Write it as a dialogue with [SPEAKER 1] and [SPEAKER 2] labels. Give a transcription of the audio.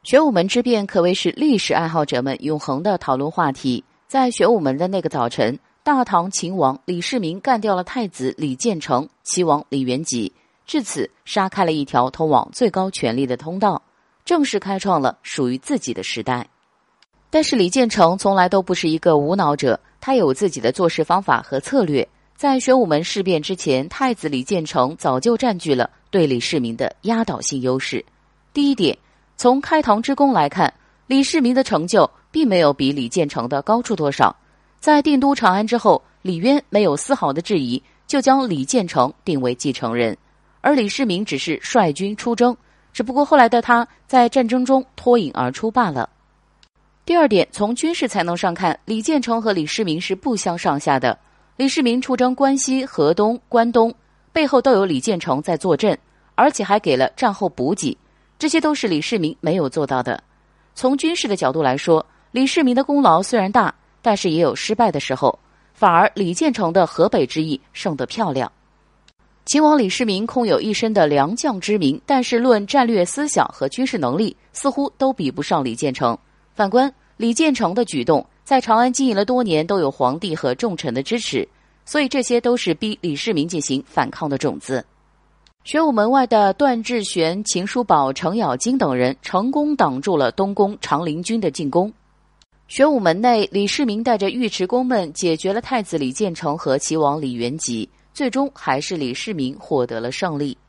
[SPEAKER 1] 玄武门之变可谓是历史爱好者们永恒的讨论话题。在玄武门的那个早晨，大唐秦王李世民干掉了太子李建成、齐王李元吉，至此杀开了一条通往最高权力的通道，正式开创了属于自己的时代。但是李建成从来都不是一个无脑者，他有自己的做事方法和策略。在玄武门事变之前，太子李建成早就占据了对李世民的压倒性优势。第一点，从开唐之功来看，李世民的成就并没有比李建成的高出多少。在定都长安之后，李渊没有丝毫的质疑，就将李建成定为继承人，而李世民只是率军出征，只不过后来的他在战争中脱颖而出罢了。第二点，从军事才能上看，李建成和李世民是不相上下的。李世民出征关西、河东、关东，背后都有李建成在坐镇，而且还给了战后补给，这些都是李世民没有做到的。从军事的角度来说，李世民的功劳虽然大，但是也有失败的时候，反而李建成的河北之役胜得漂亮。秦王李世民空有一身的良将之名，但是论战略思想和军事能力，似乎都比不上李建成。反观李建成的举动，在长安经营了多年，都有皇帝和重臣的支持，所以这些都是逼李世民进行反抗的种子。玄武门外的段志玄、秦叔宝、程咬金等人成功挡住了东宫长陵军的进攻。玄武门内，李世民带着尉迟恭们解决了太子李建成和齐王李元吉，最终还是李世民获得了胜利。